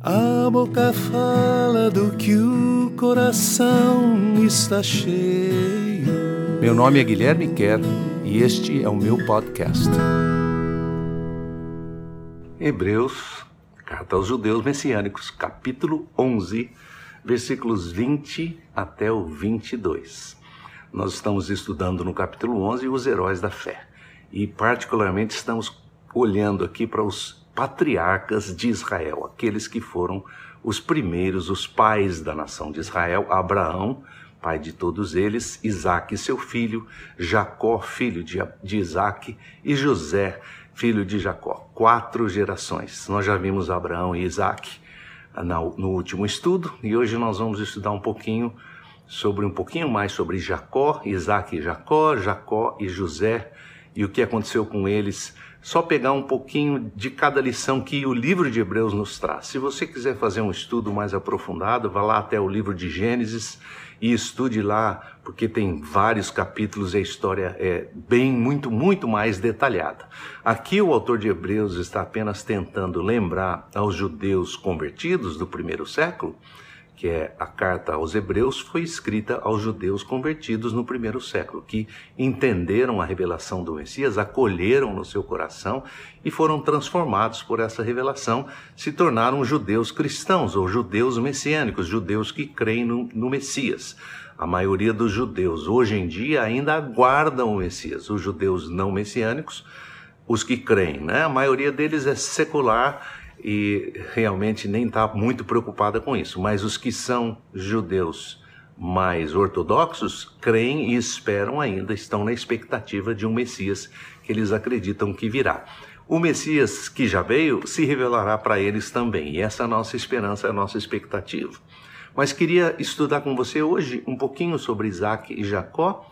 A boca fala do que o coração está cheio. Meu nome é Guilherme Kerr e este é o meu podcast. Hebreus, carta aos judeus messiânicos, capítulo 11, versículos 20 até o 22. Nós estamos estudando no capítulo 11 os heróis da fé e particularmente estamos olhando aqui para os patriarcas de Israel, aqueles que foram os primeiros, os pais da nação de Israel: Abraão, pai de todos eles, Isaque, seu filho, Jacó, filho de Isaque, e José, filho de Jacó. 4 gerações. Nós já vimos Abraão e Isaque no último estudo, e hoje nós vamos estudar um pouquinho mais sobre Jacó, Isaque e Jacó, Jacó e José, e o que aconteceu com eles. Só pegar um pouquinho de cada lição que o livro de Hebreus nos traz. Se você quiser fazer um estudo mais aprofundado, vá lá até o livro de Gênesis e estude lá, porque tem vários capítulos e a história é muito mais detalhada. Aqui o autor de Hebreus está apenas tentando lembrar aos judeus convertidos do primeiro século, que é a carta aos Hebreus, foi escrita aos judeus convertidos no primeiro século, que entenderam a revelação do Messias, acolheram no seu coração e foram transformados por essa revelação, se tornaram judeus cristãos ou judeus messiânicos, judeus que creem no Messias. A maioria dos judeus hoje em dia ainda aguardam o Messias. Os judeus não messiânicos, os que creem, né? A maioria deles é secular e realmente nem está muito preocupada com isso. Mas os que são judeus mais ortodoxos creem e esperam ainda, estão na expectativa de um Messias que eles acreditam que virá. O Messias que já veio se revelará para eles também, e essa é a nossa esperança, é a nossa expectativa. Mas queria estudar com você hoje um pouquinho sobre Isaque e Jacó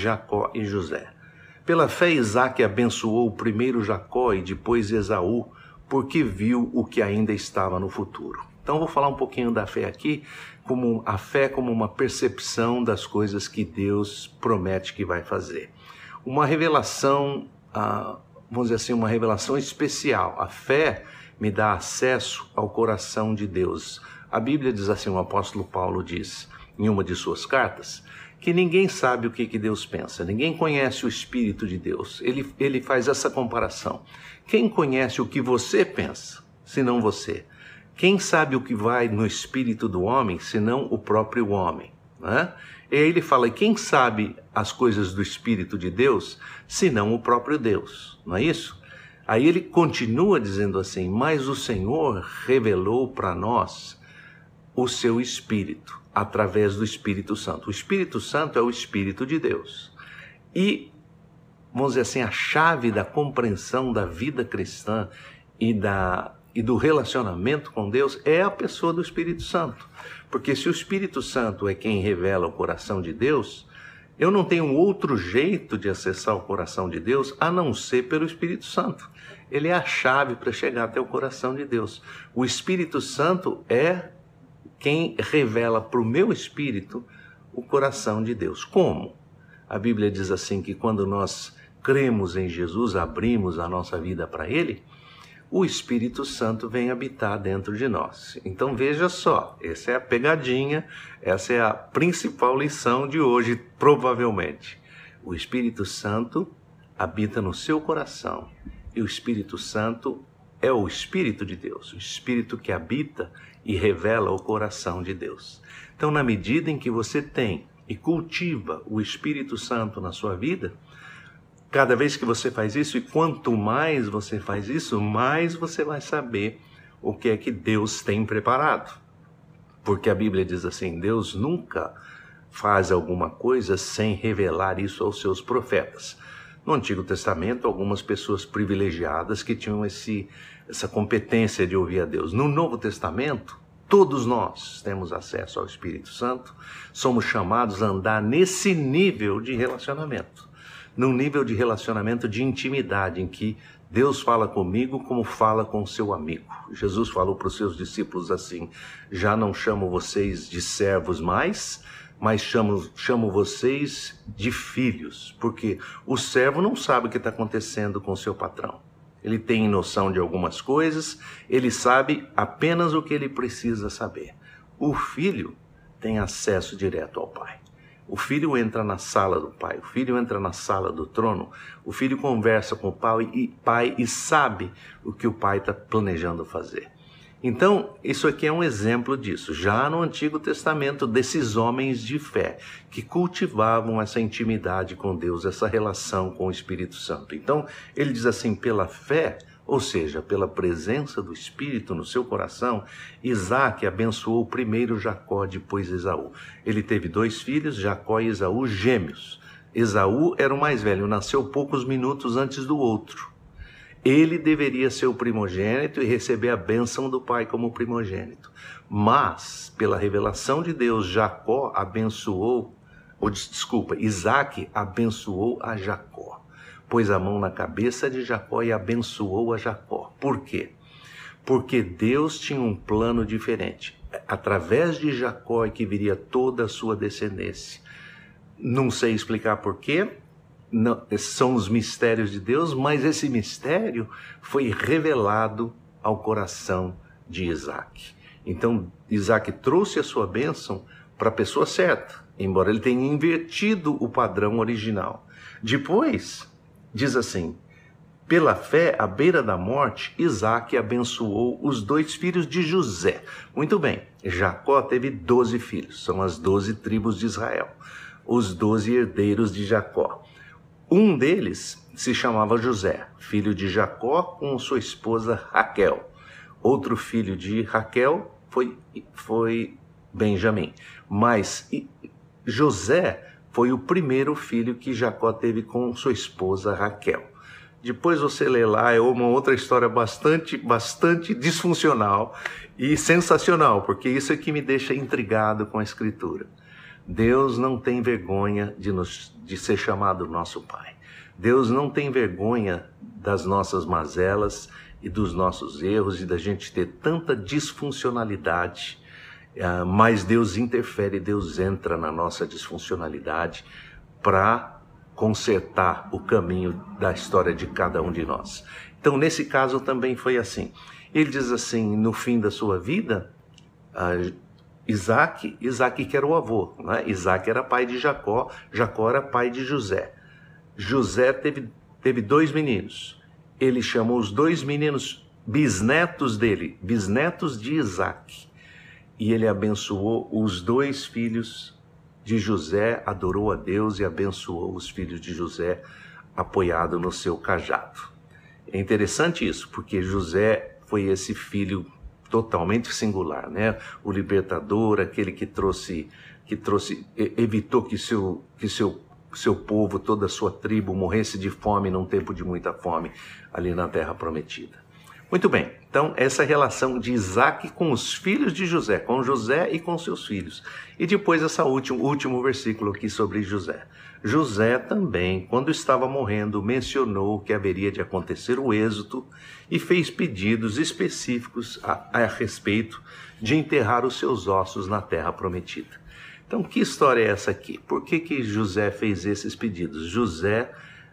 e José. Pela fé, Isaque abençoou primeiro Jacó e depois Esaú, porque viu o que ainda estava no futuro. Então vou falar um pouquinho da fé aqui, como a fé como uma percepção das coisas que Deus promete que vai fazer. Uma revelação, vamos dizer assim, uma revelação especial. A fé me dá acesso ao coração de Deus. A Bíblia diz assim, o apóstolo Paulo diz em uma de suas cartas, que ninguém sabe o que Deus pensa, ninguém conhece o Espírito de Deus. Ele faz essa comparação. Quem conhece o que você pensa, senão você? Quem sabe o que vai no espírito do homem, senão o próprio homem? Né? E aí ele fala, quem sabe as coisas do Espírito de Deus, senão o próprio Deus? Não é isso? Aí ele continua dizendo assim, mas o Senhor revelou para nós o seu Espírito, através do Espírito Santo. O Espírito Santo é o Espírito de Deus. E, vamos dizer assim, a chave da compreensão da vida cristã e do relacionamento com Deus é a pessoa do Espírito Santo. Porque se o Espírito Santo é quem revela o coração de Deus, eu não tenho outro jeito de acessar o coração de Deus a não ser pelo Espírito Santo. Ele é a chave para chegar até o coração de Deus. O Espírito Santo é quem revela para o meu espírito o coração de Deus. Como? A Bíblia diz assim que quando nós cremos em Jesus, abrimos a nossa vida para Ele, o Espírito Santo vem habitar dentro de nós. Então veja só, essa é a pegadinha, essa é a principal lição de hoje, provavelmente. O Espírito Santo habita no seu coração e o Espírito Santo é o Espírito de Deus, o Espírito que habita e revela o coração de Deus. Então, na medida em que você tem e cultiva o Espírito Santo na sua vida, cada vez que você faz isso, e quanto mais você faz isso, mais você vai saber o que é que Deus tem preparado. Porque a Bíblia diz assim, Deus nunca faz alguma coisa sem revelar isso aos seus profetas. No Antigo Testamento, algumas pessoas privilegiadas que tinham essa competência de ouvir a Deus. No Novo Testamento, todos nós temos acesso ao Espírito Santo, somos chamados a andar nesse nível de relacionamento, num nível de relacionamento de intimidade, em que Deus fala comigo como fala com seu amigo. Jesus falou para os seus discípulos assim, já não chamo vocês de servos mais, mas chamo vocês de filhos, porque o servo não sabe o que está acontecendo com o seu patrão. ele tem noção de algumas coisas, ele sabe apenas o que ele precisa saber. O filho tem acesso direto ao pai. O filho entra na sala do pai, o filho entra na sala do trono, o filho conversa com o pai e sabe o que o pai está planejando fazer. Então, isso aqui é um exemplo disso. Já no Antigo Testamento, desses homens de fé que cultivavam essa intimidade com Deus, essa relação com o Espírito Santo. Então, ele diz assim, pela fé, ou seja, pela presença do Espírito no seu coração, Isaque abençoou primeiro Jacó, depois Esaú. Ele teve 2 filhos, Jacó e Esaú, gêmeos. Esaú era o mais velho, nasceu poucos minutos antes do outro. Ele deveria ser o primogênito e receber a bênção do pai como primogênito. Mas, pela revelação de Deus, Isaque abençoou a Jacó. Pôs a mão na cabeça de Jacó e abençoou a Jacó. Por quê? Porque Deus tinha um plano diferente. Através de Jacó é que viria toda a sua descendência. Não sei explicar por quê. Não, esses são os mistérios de Deus, mas esse mistério foi revelado ao coração de Isaque. Então, Isaque trouxe a sua bênção para a pessoa certa, embora ele tenha invertido o padrão original. Depois, diz assim, pela fé, à beira da morte, Isaque abençoou os 2 filhos de José. Muito bem, Jacó teve 12 filhos, são as 12 tribos de Israel, os 12 herdeiros de Jacó. Um deles se chamava José, filho de Jacó com sua esposa Raquel. Outro filho de Raquel foi Benjamim. Mas José foi o primeiro filho que Jacó teve com sua esposa Raquel. Depois você lê lá, é uma outra história bastante disfuncional e sensacional, porque isso é que me deixa intrigado com a Escritura. Deus não tem vergonha de ser chamado nosso Pai. Deus não tem vergonha das nossas mazelas e dos nossos erros e da gente ter tanta disfuncionalidade, mas Deus interfere, Deus entra na nossa disfuncionalidade para consertar o caminho da história de cada um de nós. Então, nesse caso também foi assim. Ele diz assim, no fim da sua vida, Isaque que era o avô, né? Isaque era pai de Jacó, Jacó era pai de José. José teve 2 meninos. Ele chamou os 2 meninos bisnetos dele, bisnetos de Isaque. E ele abençoou os 2 filhos de José, adorou a Deus e abençoou os filhos de José, apoiado no seu cajado. É interessante isso, porque José foi esse filho totalmente singular, né? O libertador, aquele que evitou que seu povo, toda a sua tribo morresse de fome num tempo de muita fome ali na terra prometida. Muito bem, então essa relação de Isaque com os filhos de José, com José e com seus filhos. E depois esse último versículo aqui sobre José. José também, quando estava morrendo, mencionou que haveria de acontecer o êxodo e fez pedidos específicos a respeito de enterrar os seus ossos na terra prometida. Então, que história é essa aqui? Por que José fez esses pedidos? José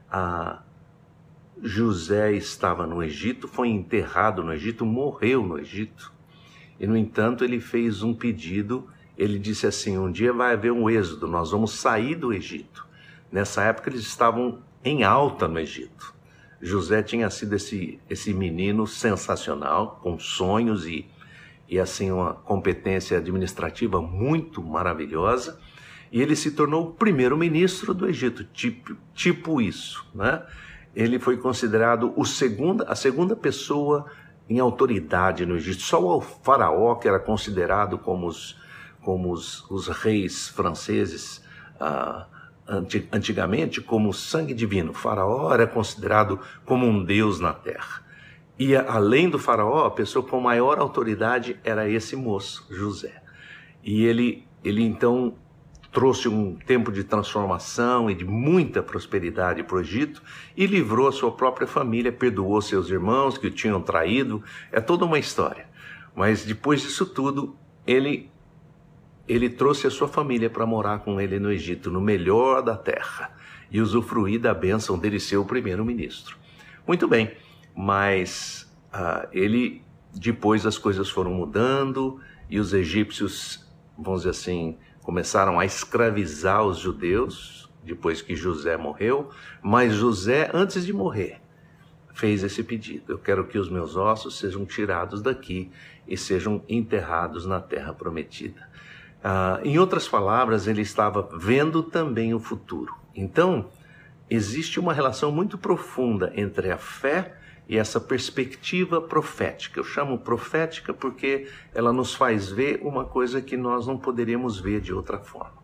estava no Egito, foi enterrado no Egito, morreu no Egito. E, no entanto, ele fez um pedido, ele disse assim, um dia vai haver um êxodo, nós vamos sair do Egito. Nessa época eles estavam em alta no Egito. José tinha sido esse menino sensacional, com sonhos e assim uma competência administrativa muito maravilhosa. E ele se tornou o primeiro-ministro do Egito, tipo isso, né? Ele foi considerado a segunda pessoa em autoridade no Egito. Só o faraó, que era considerado como os reis franceses antigamente, como o sangue divino. O faraó era considerado como um deus na terra. E além do faraó, a pessoa com maior autoridade era esse moço, José. E ele então trouxe um tempo de transformação e de muita prosperidade para o Egito e livrou a sua própria família, perdoou seus irmãos que o tinham traído. É toda uma história. Mas depois disso tudo, ele trouxe a sua família para morar com ele no Egito, no melhor da terra, e usufruir da bênção dele ser o primeiro-ministro. Muito bem, mas depois as coisas foram mudando e os egípcios, vamos dizer assim, começaram a escravizar os judeus depois que José morreu, mas José, antes de morrer, fez esse pedido: eu quero que os meus ossos sejam tirados daqui e sejam enterrados na terra prometida. Em outras palavras, ele estava vendo também o futuro. Então, existe uma relação muito profunda entre a fé e essa perspectiva profética. Eu chamo profética porque ela nos faz ver uma coisa que nós não poderíamos ver de outra forma.